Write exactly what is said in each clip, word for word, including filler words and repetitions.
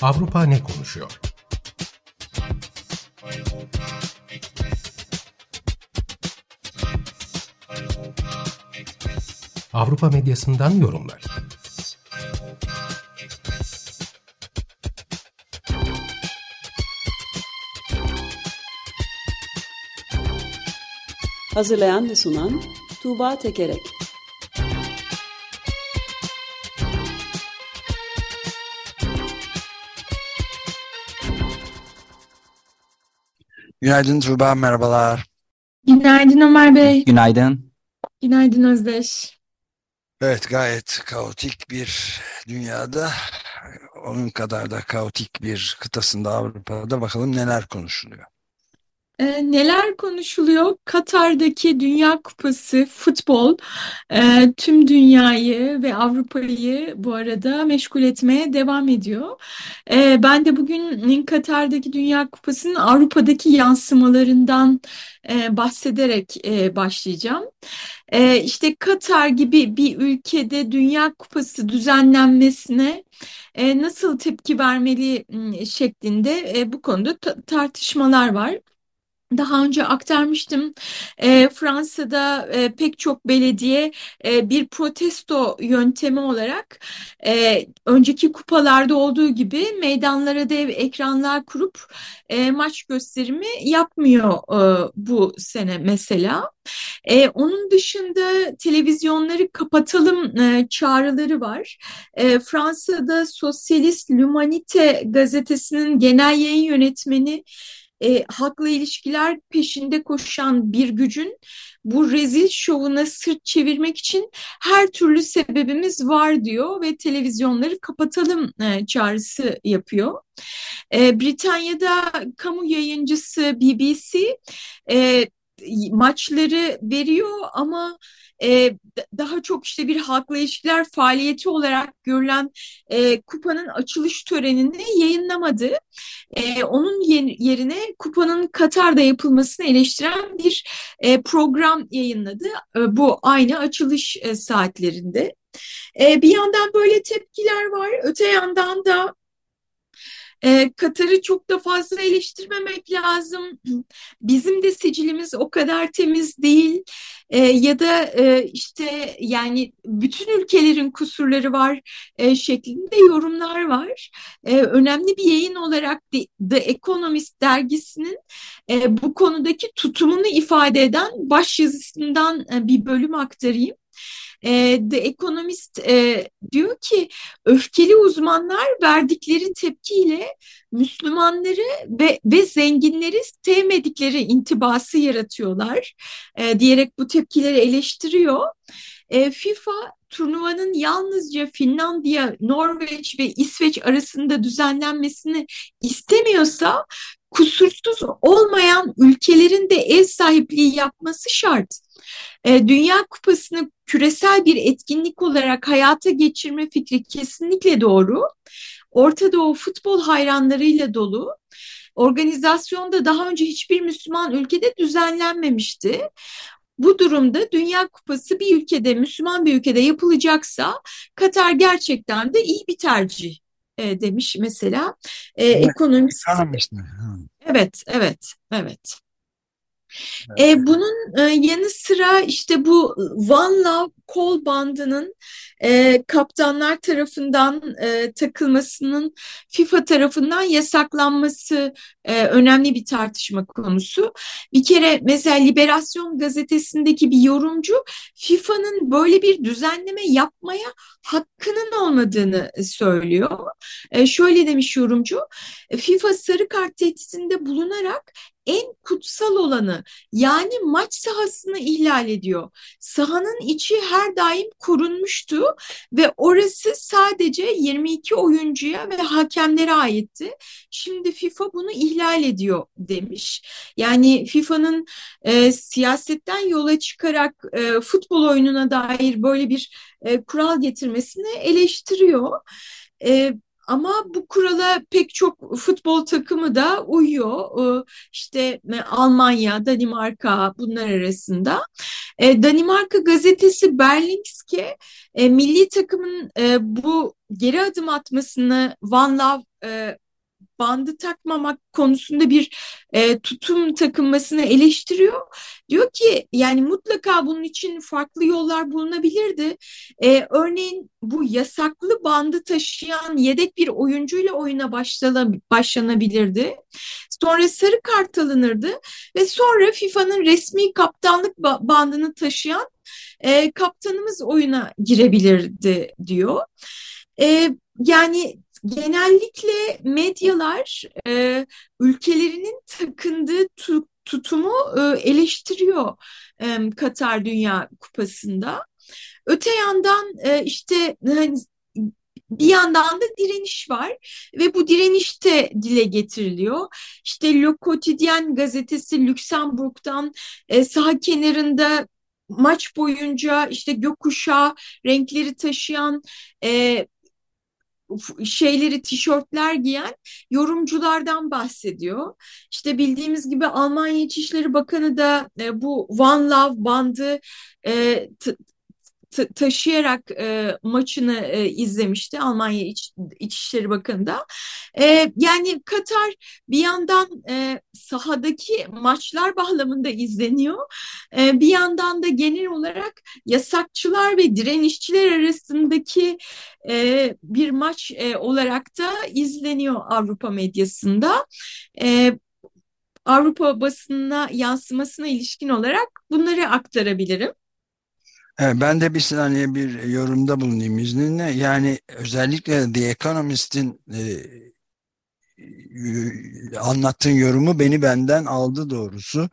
Avrupa ne konuşuyor? Avrupa medyasından yorumlar. Hazırlayan ve sunan Tuğba Tekerek. Günaydın Tuğba, merhabalar. Günaydın Ömer Bey. Günaydın. Günaydın Özdeş. Evet, gayet kaotik bir dünyada, onun kadar da kaotik bir kıtasında, Avrupa'da bakalım neler konuşuluyor. Ee, neler konuşuluyor? Katar'daki Dünya Kupası futbol e, tüm dünyayı ve Avrupa'yı bu arada meşgul etmeye devam ediyor. E, ben de bugün Katar'daki Dünya Kupası'nın Avrupa'daki yansımalarından e, bahsederek e, başlayacağım. E, işte Katar gibi bir ülkede Dünya Kupası düzenlenmesine e, nasıl tepki vermeli m, şeklinde e, bu konuda ta- tartışmalar var. Daha önce aktarmıştım. E, Fransa'da e, pek çok belediye e, bir protesto yöntemi olarak e, önceki kupalarda olduğu gibi meydanlara dev ekranlar kurup e, maç gösterimi yapmıyor e, bu sene mesela. E, onun dışında televizyonları kapatalım e, çağrıları var. E, Fransa'da Sosyalist L'Humanité gazetesinin genel yayın yönetmeni e, halkla ilişkiler peşinde koşan bir gücün bu rezil şovuna sırt çevirmek için her türlü sebebimiz var diyor ve televizyonları kapatalım e, çağrısı yapıyor. E, Britanya'da kamu yayıncısı B B C e, maçları veriyor ama e, daha çok işte bir halkla ilişkiler faaliyeti olarak görülen e, kupanın açılış törenini yayınlamadı. E, onun yerine kupanın Katar'da yapılmasını eleştiren bir e, program yayınladı. E, bu aynı açılış e, saatlerinde. E, bir yandan böyle tepkiler var. Öte yandan da e, Katar'ı çok da fazla eleştirmemek lazım. Bizim de sicilimiz o kadar temiz değil. E, ya da e, işte yani bütün ülkelerin kusurları var e, şeklinde yorumlar var. E, önemli bir yayın olarak The, The Economist dergisinin e, bu konudaki tutumunu ifade eden başyazısından e, bir bölüm aktarayım. E, The Economist e, diyor ki öfkeli uzmanlar verdikleri tepkiyle Müslümanları ve, ve zenginleri sevmedikleri intibası yaratıyorlar e, diyerek bu tepkileri eleştiriyor. E, FIFA turnuvanın yalnızca Finlandiya, Norveç ve İsveç arasında düzenlenmesini istemiyorsa kusursuz olmayan ülkelerin de ev sahipliği yapması şart. E, Dünya Kupası'nı küresel bir etkinlik olarak hayata geçirme fikri kesinlikle doğru. Orta Doğu futbol hayranlarıyla dolu. Organizasyonda daha önce hiçbir Müslüman ülkede düzenlenmemişti. Bu durumda Dünya Kupası bir ülkede, Müslüman bir ülkede yapılacaksa Katar gerçekten de iyi bir tercih e, demiş mesela. E, Evet, ekonomist. Economist mi? Hı. Evet, evet, evet. Evet. E, bunun e, yanı sıra işte bu One Love kol bandının e, kaptanlar tarafından e, takılmasının FIFA tarafından yasaklanması e, önemli bir tartışma konusu. Bir kere mesela Liberasyon gazetesindeki bir yorumcu FIFA'nın böyle bir düzenleme yapmaya hakkının olmadığını söylüyor. E, şöyle demiş yorumcu, FIFA sarı kart tehditinde bulunarak en kutsal olanı yani maç sahasını ihlal ediyor. Sahanın içi her daim korunmuştu ve orası sadece yirmi iki oyuncuya ve hakemlere aitti. Şimdi FIFA bunu ihlal ediyor demiş. Yani FIFA'nın e, siyasetten yola çıkarak e, futbol oyununa dair böyle bir e, kural getirmesini eleştiriyor. E, Ama bu kurala pek çok futbol takımı da uyuyor. Ee, İşte e, Almanya, Danimarka bunlar arasında. E, Danimarka gazetesi Berlingske e, milli takımın e, bu geri adım atmasını, One Love e, bandı takmamak konusunda bir e, tutum takınmasını eleştiriyor. Diyor ki yani mutlaka bunun için farklı yollar bulunabilirdi. E, örneğin bu yasaklı bandı taşıyan yedek bir oyuncuyla oyuna başlana, başlanabilirdi. Sonra sarı kart alınırdı ve sonra FIFA'nın resmi kaptanlık ba- bandını taşıyan e, kaptanımız oyuna girebilirdi diyor. E, yani genellikle medyalar e, ülkelerinin takındığı tu- tutumu e, eleştiriyor e, Katar Dünya Kupası'nda. Öte yandan e, işte hani bir yandan da direniş var ve bu direniş de dile getiriliyor. İşte Le Quotidien gazetesi Lüksemburg'dan e, saha kenarında maç boyunca işte gökkuşağı renkleri taşıyan e, şeyleri, tişörtler giyen yorumculardan bahsediyor. İşte bildiğimiz gibi Almanya İçişleri Bakanı da e, bu One Love bandı e, t- ta- taşıyarak e, maçını e, izlemişti Almanya İç, İçişleri Bakanı da. E, yani Katar bir yandan e, sahadaki maçlar bağlamında izleniyor. E, bir yandan da genel olarak yasakçılar ve direnişçiler arasındaki e, bir maç e, olarak da izleniyor Avrupa medyasında. E, Avrupa basınına yansımasına ilişkin olarak bunları aktarabilirim. Evet, ben de bir saniye bir yorumda bulunayım izninle. Yani özellikle The Economist'in e, y- anlattığın yorumu beni benden aldı doğrusu.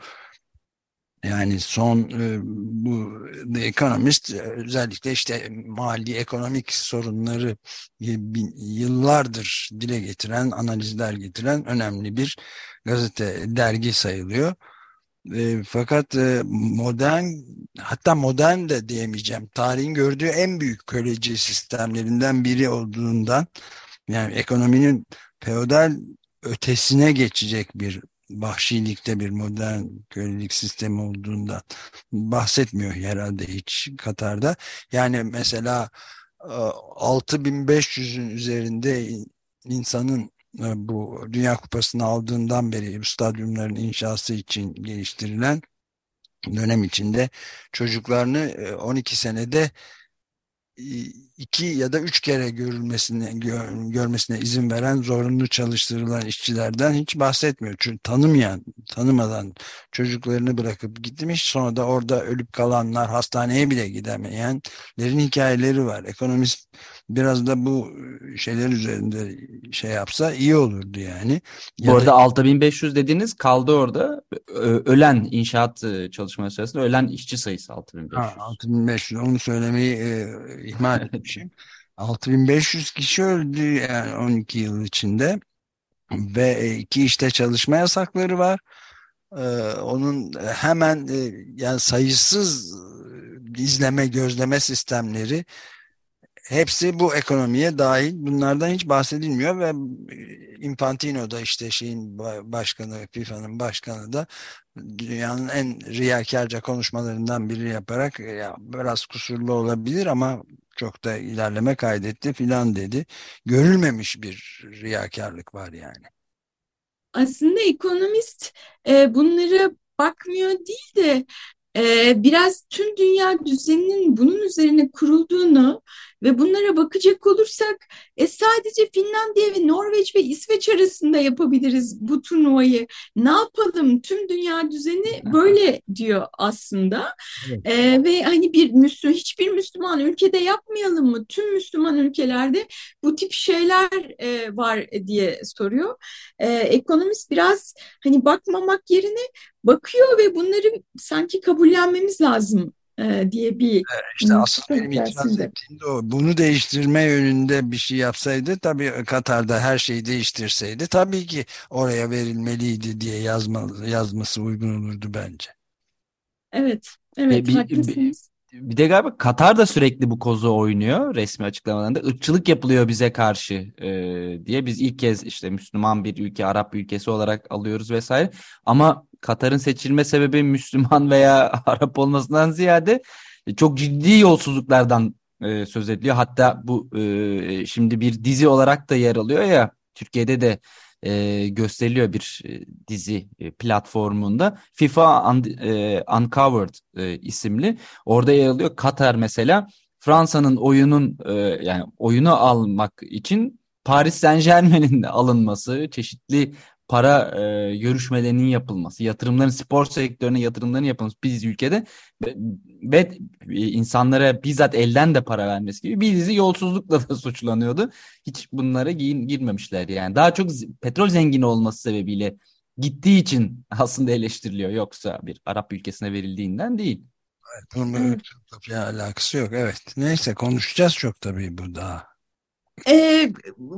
Yani son e, bu The Economist e, özellikle işte mali ekonomik sorunları y- bin- yıllardır dile getiren, analizler getiren önemli bir gazete, dergi sayılıyor. E, fakat e, modern, hatta modern de diyemeyeceğim, tarihin gördüğü en büyük köleci sistemlerinden biri olduğundan, yani ekonominin feodal ötesine geçecek bir vahşilikte bir modern kölelik sistemi olduğundan bahsetmiyor herhalde hiç Katar'da. Yani mesela e, altı bin beş yüzün üzerinde insanın e, bu Dünya Kupası'nı aldığından beri bu stadyumların inşası için geliştirilen dönem içinde çocuklarını e, on iki senede iki ya da üç kere görülmesine gö- görmesine izin veren zorunlu çalıştırılan işçilerden hiç bahsetmiyor. Çünkü tanımayan, tanımadan çocuklarını bırakıp gitmiş, sonra da orada ölüp kalanlar, hastaneye bile gidemeyenlerin hikayeleri var. Ekonomist biraz da bu şeyler üzerinde şey yapsa iyi olurdu yani. Bu Ya da arada altı bin beş yüz dediğiniz kaldı orada. Ö- Ölen inşaat e, çalışmaları sırasında ölen işçi sayısı ha, altı bin beş yüz. altı bin beş yüz, onu söylemeyi e, ihmal etmişim. altı bin beş yüz kişi öldü yani on iki yıl içinde. Ve iki işte çalışma yasakları var. Ee, onun hemen e, yani sayısız e, izleme, gözleme sistemleri hepsi bu ekonomiye dahil. Bunlardan hiç bahsedilmiyor ve e, Infantino da işte şeyin ba- başkanı, FIFA'nın başkanı da dünyanın en riyakarca konuşmalarından biri yaparak, e, ya biraz kusurlu olabilir ama çok da ilerleme kaydetti filan dedi. Görülmemiş bir riyakarlık var yani. Aslında ekonomist e, bunlara bakmıyor değil de e, biraz tüm dünya düzeninin bunun üzerine kurulduğunu ve bunlara bakacak olursak e, sadece Finlandiya ve Norveç ve İsveç arasında yapabiliriz bu turnuvayı. Ne yapalım? Tüm dünya düzeni böyle diyor aslında. E, ve hani bir Müslüman, hiçbir Müslüman ülkede yapmayalım mı? Tüm Müslüman ülkelerde bu tip şeyler e, var diye soruyor. Ee, ekonomist biraz hani bakmamak yerine bakıyor ve bunları sanki kabullenmemiz lazım e, diye bir İşte hmm, asıl tutum benim itiraz içerisinde. ettiğim de o. Bunu değiştirme yönünde bir şey yapsaydı, tabii Katar'da her şeyi değiştirseydi tabii ki oraya verilmeliydi diye yazma, yazması uygun olurdu bence. Evet, E, evet bir, bir, haklısınız. bir de galiba Katar da sürekli bu kozu oynuyor resmi açıklamalarında. Irkçılık yapılıyor bize karşı e, diye. Biz ilk kez işte Müslüman bir ülke, Arap bir ülkesi olarak alıyoruz vesaire. Ama Katar'ın seçilme sebebi Müslüman veya Arap olmasından ziyade e, çok ciddi yolsuzluklardan e, söz ediliyor. Hatta bu e, şimdi bir dizi olarak da yer alıyor ya, Türkiye'de de e, gösteriliyor bir e, dizi e, platformunda. FIFA Un- e, Uncovered e, isimli. Orada yer alıyor. Katar mesela Fransa'nın oyunun e, yani oyunu almak için Paris Saint-Germain'in de alınması, çeşitli para e, görüşmelerinin yapılması, yatırımların, spor sektörüne yatırımların yapılması biz ülkede ve, ve insanlara bizzat elden de para vermesi gibi bir dizi yolsuzlukla da suçlanıyordu. Hiç bunlara gi- girmemişler yani. Daha çok z- petrol zengini olması sebebiyle gittiği için aslında eleştiriliyor. Yoksa bir Arap ülkesine verildiğinden değil. Bunun bir Evet. ırkçılıkla bir alakası yok. Evet. Neyse, konuşacağız çok tabii bu daha. Ee,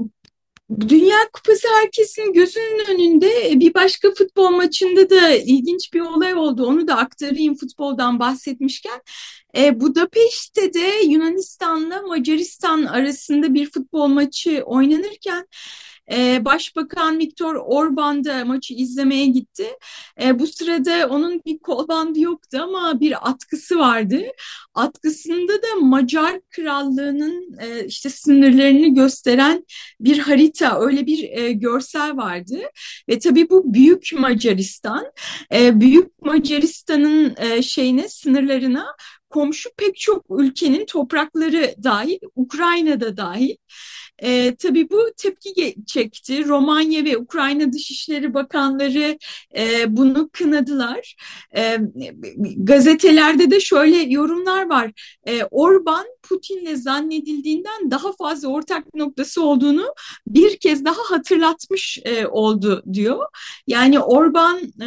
Dünya Kupası herkesin gözünün önünde. Bir başka futbol maçında da ilginç bir olay oldu. Onu da aktarayım futboldan bahsetmişken. E, Budapeşte de Yunanistan'la Macaristan arasında bir futbol maçı oynanırken e, Başbakan Viktor Orban da maçı izlemeye gitti. E, bu sırada onun bir kol bandı yoktu ama bir atkısı vardı. Atkısında da Macar Krallığı'nın e, işte sınırlarını gösteren bir harita, öyle bir e, görsel vardı. Ve tabii bu Büyük Macaristan. E, Büyük Macaristan'ın e, şeyine, sınırlarına komşu pek çok ülkenin toprakları dahil, Ukrayna'da dahil. E, tabii bu tepki çekti. Romanya ve Ukrayna Dışişleri Bakanları e, bunu kınadılar. E, Gazetelerde de şöyle yorumlar var. E, Orban, Putin'le zannedildiğinden daha fazla ortak noktası olduğunu bir kez daha hatırlatmış e, oldu diyor. Yani Orban e,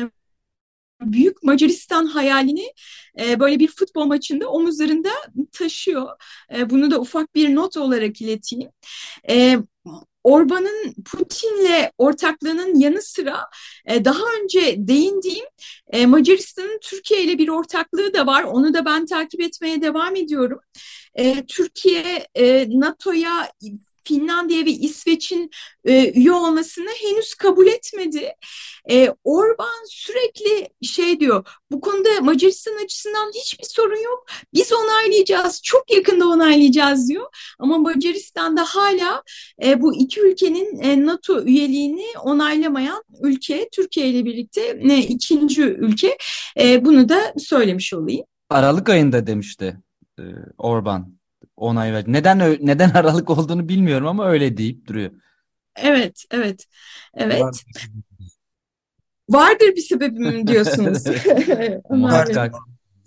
Büyük Macaristan hayalini e, böyle bir futbol maçında omuzlarında taşıyor. E, bunu da ufak bir not olarak ileteyim. E, Orban'ın Putin'le ortaklığının yanı sıra e, daha önce değindiğim e, Macaristan'ın Türkiye ile bir ortaklığı da var. Onu da ben takip etmeye devam ediyorum. E, Türkiye e, NATO'ya, Finlandiya ve İsveç'in e, üye olmasını henüz kabul etmedi. E, Orban sürekli şey diyor, bu konuda Macaristan açısından hiçbir sorun yok. Biz onaylayacağız, çok yakında onaylayacağız diyor. Ama Macaristan da hala e, bu iki ülkenin e, NATO üyeliğini onaylamayan ülke, Türkiye ile birlikte e, ikinci ülke. E, bunu da söylemiş olayım. Aralık ayında demişti e, Orban onay verdi. Neden ö- neden Aralık olduğunu bilmiyorum ama öyle deyip duruyor. Evet, evet, Var. evet. Vardır bir sebebim diyorsunuz. Anlıyorum. Muhakkak.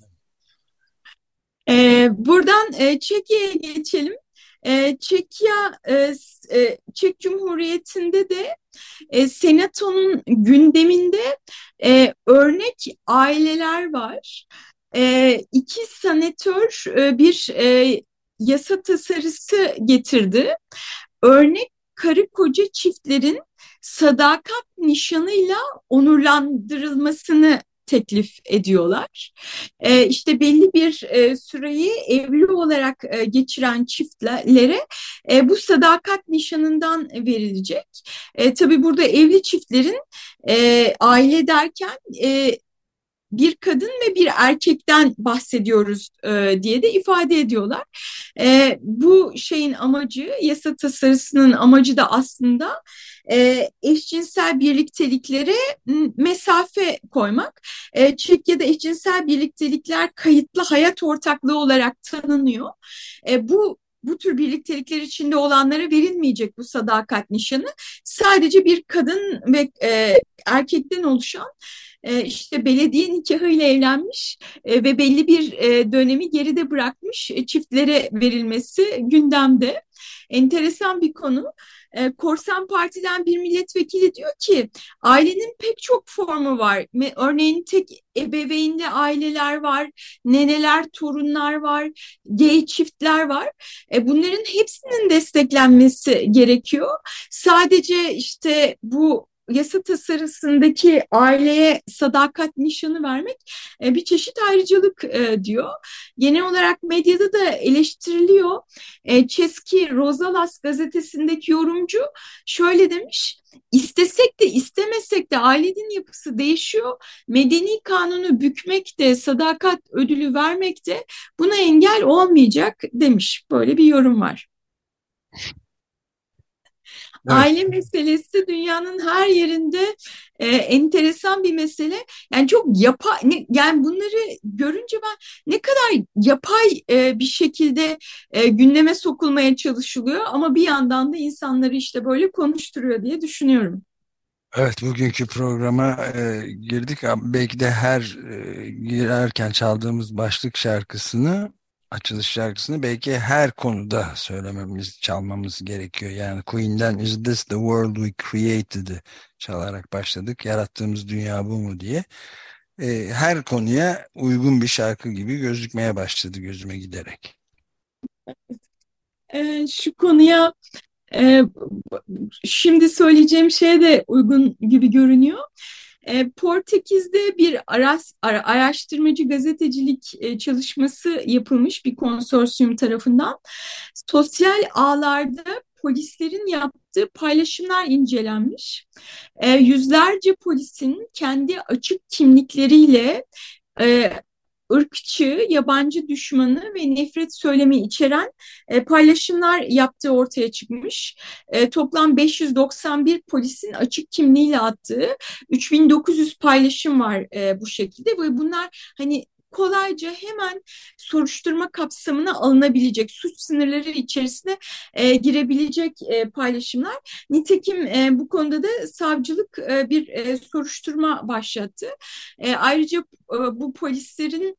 Ee, buradan e, Çekya'ya geçelim. E, Çekya, e, s- e, Çek Cumhuriyeti'nde de e, Senato'nun gündeminde e, örnek aileler var. E, iki senatör e, bir e, yasa tasarısı getirdi. Örnek karı koca çiftlerin sadakat nişanıyla onurlandırılmasını teklif ediyorlar. E, işte belli bir e, süreyi evli olarak e, geçiren çiftlere e, bu sadakat nişanından verilecek. E, tabii burada evli çiftlerin e, aile derken e, bir kadın ve bir erkekten bahsediyoruz e, diye de ifade ediyorlar. E, bu şeyin amacı, yasa tasarısının amacı da aslında e, eşcinsel birlikteliklere mesafe koymak. E, Çekya'da eşcinsel birliktelikler kayıtlı hayat ortaklığı olarak tanınıyor. E, bu bu tür birliktelikler içinde olanlara verilmeyecek bu sadakat nişanı. Sadece bir kadın ve e, erkekten oluşan e, işte belediye nikahıyla evlenmiş e, ve belli bir e, dönemi geride bırakmış e, çiftlere verilmesi gündemde. Enteresan bir konu. E, Korsan Parti'den bir milletvekili diyor ki ailenin pek çok formu var. Örneğin tek ebeveynli aileler var, neneler, torunlar var, gay çiftler var. E, bunların hepsinin desteklenmesi gerekiyor. Sadece işte bu yasa tasarısındaki aileye sadakat nişanı vermek e, bir çeşit ayrıcalık e, diyor. Genel olarak medyada da eleştiriliyor. E, Český rozhlas gazetesindeki yorumcu şöyle demiş: İstesek de istemesek de ailenin yapısı değişiyor. Medeni kanunu bükmek de, sadakat ödülü vermek de buna engel olmayacak demiş. Böyle bir yorum var. Evet. Aile meselesi dünyanın her yerinde e, enteresan bir mesele. Yani çok yapay, ne- yani bunları görünce ben ne kadar yapay e, bir şekilde e, gündeme sokulmaya çalışılıyor ama bir yandan da insanları işte böyle konuşturuyor diye düşünüyorum. Evet, bugünkü programa e, girdik. Ama belki de her e, girerken çaldığımız başlık şarkısını, açılış şarkısını belki her konuda söylememiz, çalmamız gerekiyor. Yani Queen'den "Is This the World We Created'ı çalarak başladık. Yarattığımız dünya bu mu diye. E, her konuya uygun bir şarkı gibi gözükmeye başladı gözüme giderek. E, şu konuya e, şimdi söyleyeceğim şeye de uygun gibi görünüyor. E, Portekiz'de bir aras, ara- araştırmacı gazetecilik e, çalışması yapılmış bir konsorsiyum tarafından. Sosyal ağlarda polislerin yaptığı paylaşımlar incelenmiş. E, yüzlerce polisin kendi açık kimlikleriyle e, ırkçı, yabancı düşmanı ve nefret söylemi içeren e, paylaşımlar yaptığı ortaya çıkmış. E, toplam beş yüz doksan bir polisin açık kimliğiyle attığı üç bin dokuz yüz paylaşım var e, bu şekilde ve bunlar hani kolayca hemen soruşturma kapsamına alınabilecek, suç sınırları içerisine e, girebilecek e, paylaşımlar. Nitekim e, bu konuda da savcılık e, bir e, soruşturma başlattı. E, ayrıca e, bu polislerin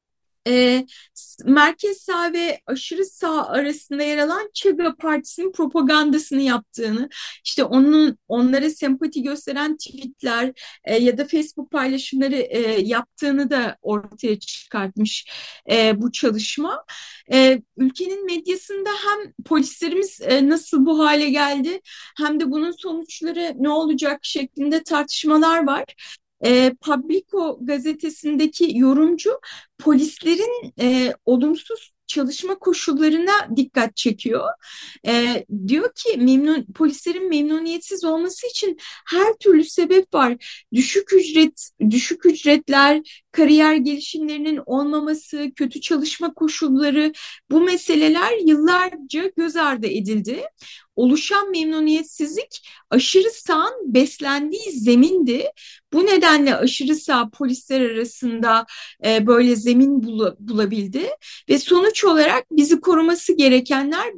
e, merkez sağ ve aşırı sağ arasında yer alan Çaga Partisi'nin propagandasını yaptığını, işte onun onlara sempati gösteren tweetler e, ya da Facebook paylaşımları e, yaptığını da ortaya çıkartmış e, bu çalışma. E, ülkenin medyasında hem polislerimiz e, nasıl bu hale geldi hem de bunun sonuçları ne olacak şeklinde tartışmalar var. E, Publico gazetesindeki yorumcu polislerin e, olumsuz çalışma koşullarına dikkat çekiyor. E, diyor ki memnun polislerin memnuniyetsiz olması için her türlü sebep var. Düşük ücret, düşük ücretler, kariyer gelişimlerinin olmaması, kötü çalışma koşulları, bu meseleler yıllarca göz ardı edildi. Oluşan memnuniyetsizlik aşırı sağın beslendiği zemindi. Bu nedenle aşırı sağ polisler arasında e, böyle zemin bul- bulabildi ve sonuç olarak bizi koruması gerekenler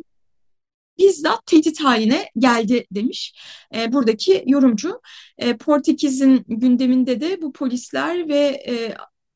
bizzat tehdit haline geldi demiş e, buradaki yorumcu. E, Portekiz'in gündeminde de bu polisler ve e,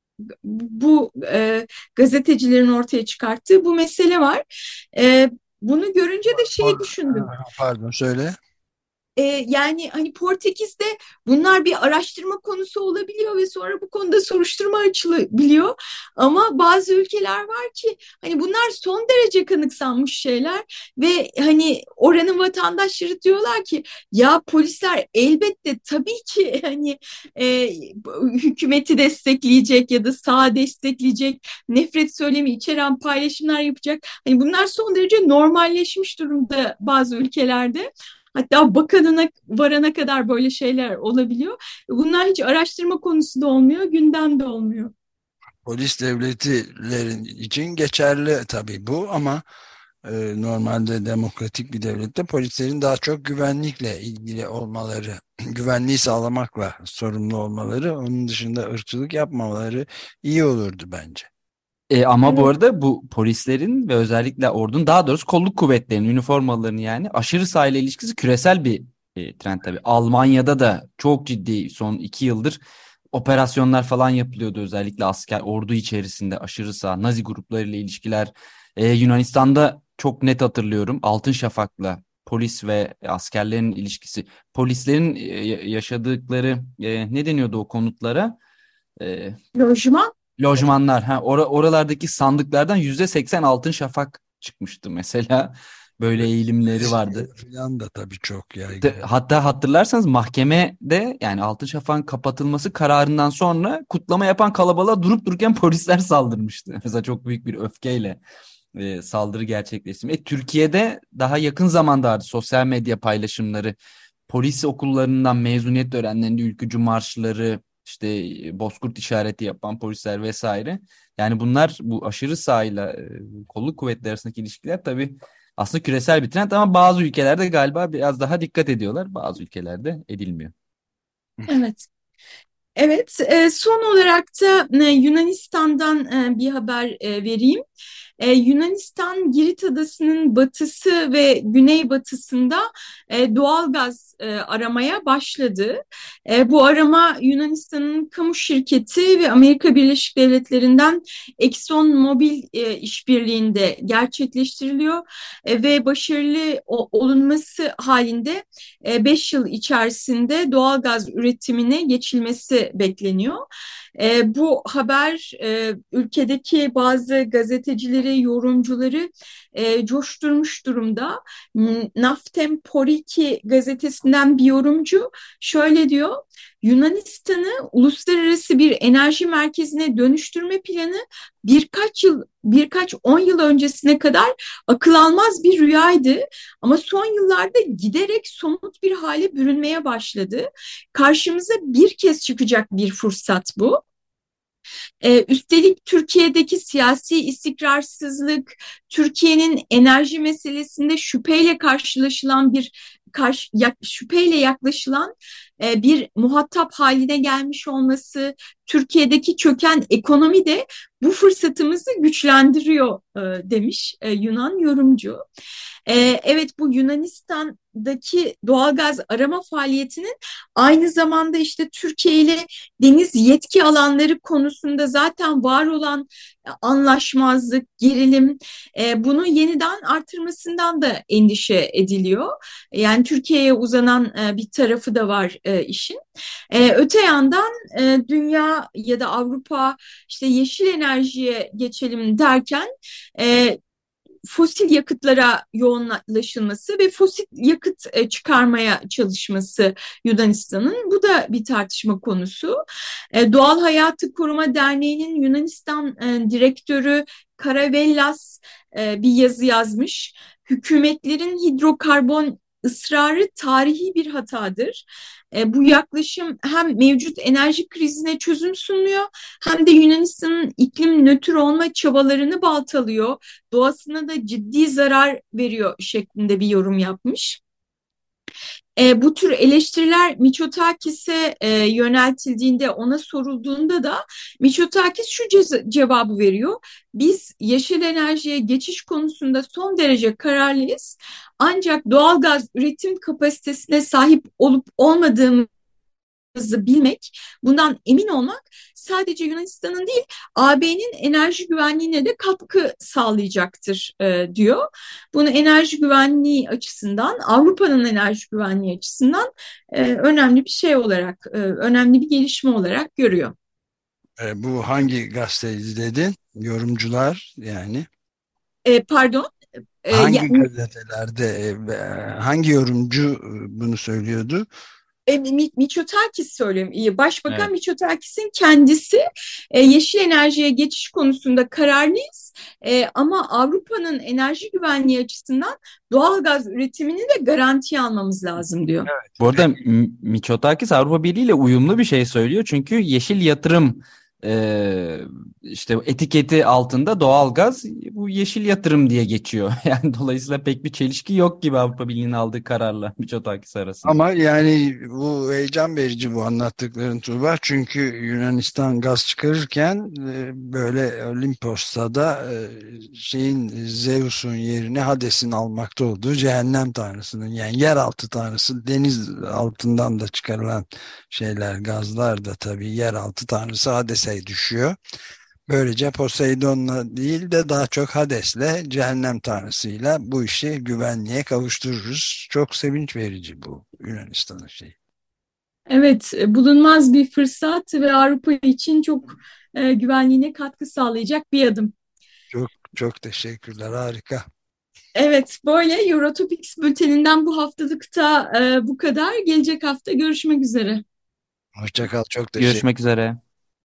bu e, gazetecilerin ortaya çıkarttığı bu mesele var. E, bunu görünce de şeyi düşündüm. Pardon, söyle. E, yani hani Portekiz'de bunlar bir araştırma konusu olabiliyor ve sonra bu konuda soruşturma açılabiliyor. Ama bazı ülkeler var ki hani bunlar son derece kanıksanmış şeyler ve hani oranın vatandaşları diyorlar ki ya polisler elbette tabii ki hani e, hükümeti destekleyecek ya da sağı destekleyecek, nefret söylemi içeren paylaşımlar yapacak. Hani bunlar son derece normalleşmiş durumda bazı ülkelerde. Hatta bakanına varana kadar böyle şeyler olabiliyor. Bunlar hiç araştırma konusu da olmuyor, gündem de olmuyor. Polis devletlerin için geçerli tabii bu, ama e, normalde demokratik bir devlette polislerin daha çok güvenlikle ilgili olmaları, güvenliği sağlamakla sorumlu olmaları, onun dışında ırkçılık yapmamaları iyi olurdu bence. E, ama bu Evet. arada bu polislerin ve özellikle ordunun, daha doğrusu kolluk kuvvetlerinin üniformalarının yani aşırı sağ ile ilişkisi küresel bir e, trend tabii. Almanya'da da çok ciddi son iki yıldır operasyonlar falan yapılıyordu, özellikle asker ordu içerisinde aşırı sağ Nazi gruplarıyla ilişkiler. E, Yunanistan'da çok net hatırlıyorum, Altın Şafak'la polis ve askerlerin ilişkisi, polislerin e, yaşadıkları e, ne deniyordu o konutlara? E, Lojman. Lojmanlar, ha ora- oralardaki sandıklardan yüzde seksen Altın Şafak çıkmıştı mesela böyle eğilimleri vardı. Rusya falan da tabii çok yaygın. De- Hatta hatırlarsanız mahkemede yani Altın Şafak'ın kapatılması kararından sonra kutlama yapan kalabalığa durup dururken polisler saldırmıştı. Mesela çok büyük bir öfkeyle e, saldırı gerçekleştirmiş. E, Türkiye'de daha yakın zamanda vardı sosyal medya paylaşımları, polis okullarından mezuniyet törenlerinde ülkücü marşları, işte e, bozkurt işareti yapan polisler vesaire. Yani bunlar bu aşırı sağıyla e, kolluk kuvvetleri arasındaki ilişkiler tabii aslında küresel bir trend ama bazı ülkelerde galiba biraz daha dikkat ediyorlar. Bazı ülkelerde edilmiyor. Evet. Evet, e, son olarak da e, Yunanistan'dan e, bir haber e, vereyim. E, Yunanistan Girit Adası'nın batısı ve güneybatısında e, doğal gaz e, aramaya başladı. E, bu arama Yunanistan'ın kamu şirketi ve Amerika Birleşik Devletleri'nden ExxonMobil e, işbirliğinde gerçekleştiriliyor e, ve başarılı o, olunması halinde beş yıl içerisinde doğal gaz üretimine geçilmesi bekleniyor. E, bu haber e, ülkedeki bazı gazetecileri, yorumcuları e, coşturmuş durumda. Naftemporiki gazetesinden bir yorumcu şöyle diyor: Yunanistan'ı uluslararası bir enerji merkezine dönüştürme planı birkaç yıl, birkaç on yıl öncesine kadar akıl almaz bir rüyaydı. Ama son yıllarda giderek somut bir hale bürünmeye başladı. Karşımıza bir kez çıkacak bir fırsat bu. Ee, üstelik Türkiye'deki siyasi istikrarsızlık, Türkiye'nin enerji meselesinde şüpheyle karşılaşılan bir karşı, yak, şüpheyle yaklaşılan e, bir muhatap haline gelmiş olması, Türkiye'deki çöken ekonomi de bu fırsatımızı güçlendiriyor e, demiş e, Yunan yorumcu. E, evet, bu Yunanistan'daki doğalgaz arama faaliyetinin aynı zamanda işte Türkiye ile deniz yetki alanları konusunda zaten var olan anlaşmazlık, gerilim, e, bunu yeniden artırmasından da endişe ediliyor. Yani Türkiye'ye uzanan e, bir tarafı da var e, işin. E, öte yandan e, dünya ya da Avrupa işte yeşil enerjiye geçelim derken e, fosil yakıtlara yoğunlaşılması ve fosil yakıt e, çıkarmaya çalışması Yunanistan'ın, bu da bir tartışma konusu. E, Doğal Hayatı Koruma Derneği'nin Yunanistan e, direktörü Karavellas e, bir yazı yazmış. Hükümetlerin hidrokarbon ısrarı tarihi bir hatadır. E, bu yaklaşım hem mevcut enerji krizine çözüm sunuyor, hem de Yunanistan'ın iklim nötr olma çabalarını baltalıyor, doğasına da ciddi zarar veriyor şeklinde bir yorum yapmış. E, bu tür eleştiriler Mitsotakis'e e, yöneltildiğinde, ona sorulduğunda da Mitsotakis şu ce- cevabı veriyor: biz yeşil enerjiye geçiş konusunda son derece kararlıyız. Ancak doğalgaz üretim kapasitesine sahip olup olmadığımız bilmek, bundan emin olmak sadece Yunanistan'ın değil, A B'nin enerji güvenliğine de katkı sağlayacaktır e, diyor. Bunu enerji güvenliği açısından, Avrupa'nın enerji güvenliği açısından e, önemli bir şey olarak, e, önemli bir gelişme olarak görüyor. E, bu hangi gazeteydi dedin? Yorumcular yani. E, pardon, e, Hangi yani, gazetelerde, e, ve hangi yorumcu e, bunu söylüyordu? E, Mi- Mitsotakis söyleyeyim. Başbakan Evet. Mitsotakis'in kendisi e, yeşil enerjiye geçiş konusunda kararlıyız. E, ama Avrupa'nın enerji güvenliği açısından doğal gaz üretimini de garantiye almamız lazım diyor. Bu arada M- Mitsotakis Avrupa Birliği ile uyumlu bir şey söylüyor. Çünkü yeşil yatırım e, işte etiketi altında doğalgaz bu yeşil yatırım diye geçiyor. Yani dolayısıyla pek bir çelişki yok gibi Avrupa Birliği'nin aldığı kararla Mitsotakis arasında. Ama yani bu heyecan verici bu anlattıkların Tuğba. Çünkü Yunanistan gaz çıkarırken e, böyle Olimpos'ta da e, şeyin Zeus'un yerine Hades'in almakta olduğu cehennem tanrısının, yani yeraltı tanrısı, deniz altından da çıkarılan şeyler, gazlar da tabii yeraltı tanrısı Hades'e düşüyor. Böylece Poseidon'la değil de daha çok Hades'le, cehennem tanrısıyla bu işi güvenliğe kavuştururuz. Çok sevinç verici bu Yunanistan'ın şeyi. Evet, e, bulunmaz bir fırsat ve Avrupa için çok e, güvenliğine katkı sağlayacak bir adım. Çok çok teşekkürler, harika. Evet, böyle Eurotopics bülteninden bu haftalıkta e, bu kadar. Gelecek hafta görüşmek üzere. Hoşça kal, çok teşekkür Görüşmek üzere.